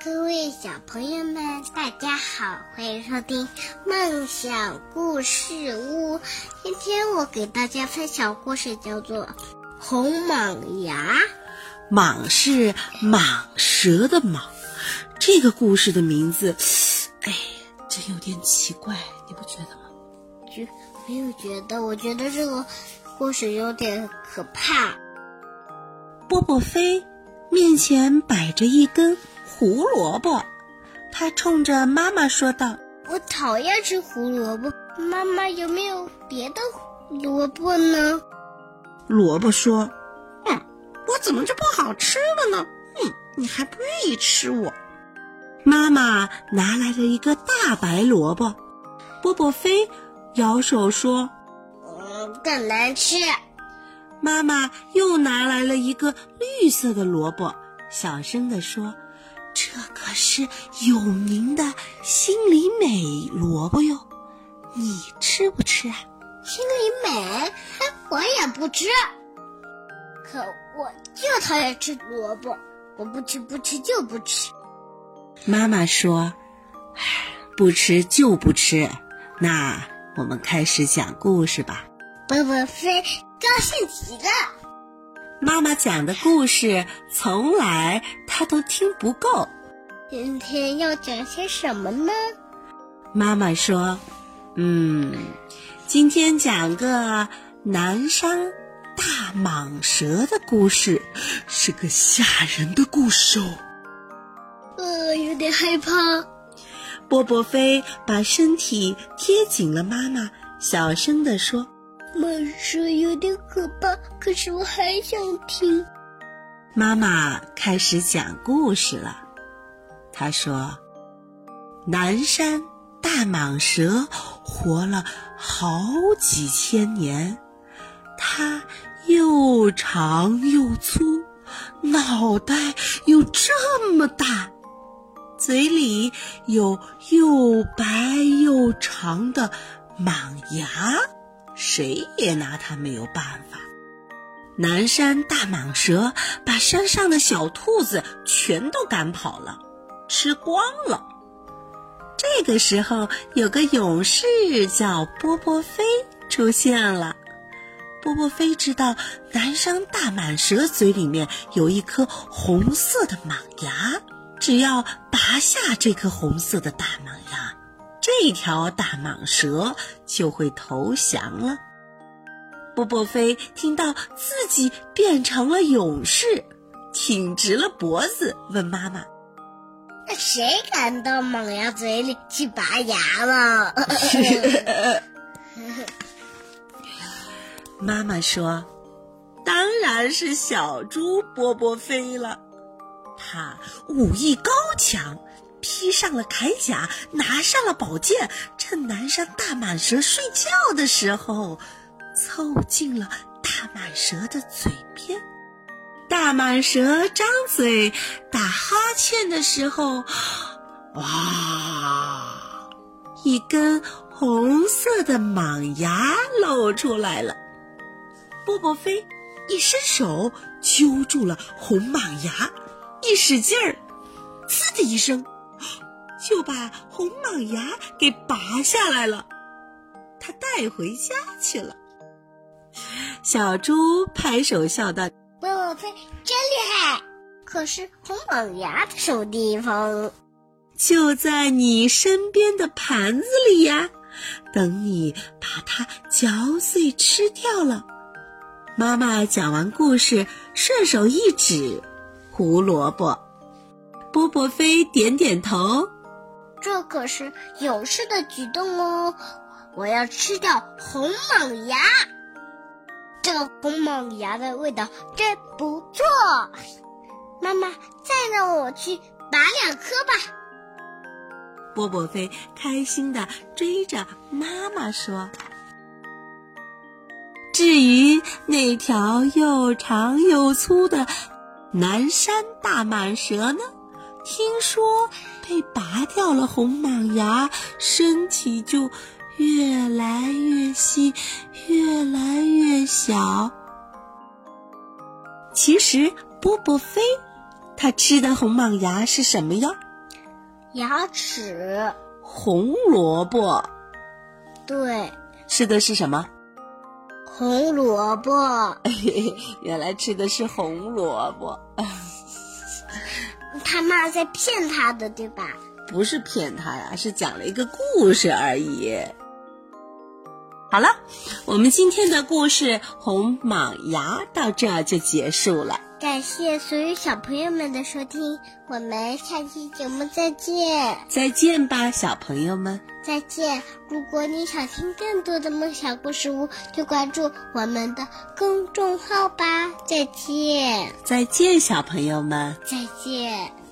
各位小朋友们，大家好，欢迎收听梦想故事屋。今天我给大家分享故事，叫做红蟒牙。 蟒是蟒蛇的蟒，这个故事的名字，真有点奇怪，你不觉得吗？ 没有觉得，我觉得这个故事有点可怕。 波波飞面前摆着一根胡萝卜，他冲着妈妈说道： 我讨厌吃胡萝卜，妈妈有没有别的萝卜呢？ 萝卜说：我怎么就不好吃了呢？你还不愿意吃我。妈妈拿来了一个大白萝卜，波波飞摇手说： 更难吃。 妈妈又拿来了一个绿色的萝卜，小声地说：这可是有名的心里美萝卜哟，你吃不吃啊？ 心里美？我也不吃。可我就讨厌吃萝卜，我不吃就不吃。 妈妈说：不吃就不吃，那我们开始讲故事吧。 波波飞高兴极了。 妈妈讲的故事从来他都听不够。 今天要讲些什么呢？ 妈妈说：今天讲个南山大蟒蛇的故事，是个吓人的故事哦。 有点害怕。 波波飞把身体贴紧了妈妈，小声地说： 蟒蛇有点可怕，可是我还想听。 妈妈开始讲故事了。她说：南山大蟒蛇活了好几千年，它又长又粗，脑袋又这么大，嘴里有又白又长的蟒牙，谁也拿它没有办法。南山大蟒蛇把山上的小兔子全都赶跑了，吃光了。这个时候有个勇士叫波波飞出现了。波波飞知道南山大蟒蛇嘴里面有一颗红色的蟒牙，只要拔下这颗红色的大蟒牙，这条大蟒蛇就会投降了。波波飞听到自己变成了勇士，挺直了脖子问妈妈： 那谁敢到蟒牙嘴里去拔牙呢？ 妈妈说：当然是小猪波波飞了。他武艺高强，披上了铠甲，拿上了宝剑，趁南山大蟒蛇睡觉的时候，凑近了大蟒蛇的嘴边。大蟒蛇张嘴打哈欠的时候，哇，一根红色的蟒牙露出来了。波波飞一伸手揪住了红蟒牙，一使劲儿，呲的一声，就把红蟒牙给拔下来了。他带回家去了。小猪拍手笑道： 波波飞真厉害，可是红蟒牙在什么地方？ 就在你身边的盘子里呀，等你把它嚼碎吃掉了。妈妈讲完故事，顺手一指胡萝卜。波波飞点点头： 这可是勇士的举动哦，我要吃掉红蟒牙。这个红蟒牙的味道真不错，妈妈再让我去拔2颗吧。 波波飞开心地追着妈妈说。至于那条又长又粗的南山大蟒蛇呢，听说被拔掉了红蟒牙，身体就越来越细，越来越小。其实波波飞他吃的红蟒牙是什么呀？ 牙齿。 红萝卜。 对， 吃的是什么？ 红萝卜。 原来吃的是红萝卜。 他妈在骗他的，对吧？ 不是骗他呀，是讲了一个故事而已。好了，我们今天的故事《红蟒牙》到这儿就结束了。 感谢所有小朋友们的收听，我们下期节目再见。 再见吧，小朋友们。 再见。如果你想听更多的梦想故事屋，就关注我们的公众号吧。再见。 再见，小朋友们。 再见。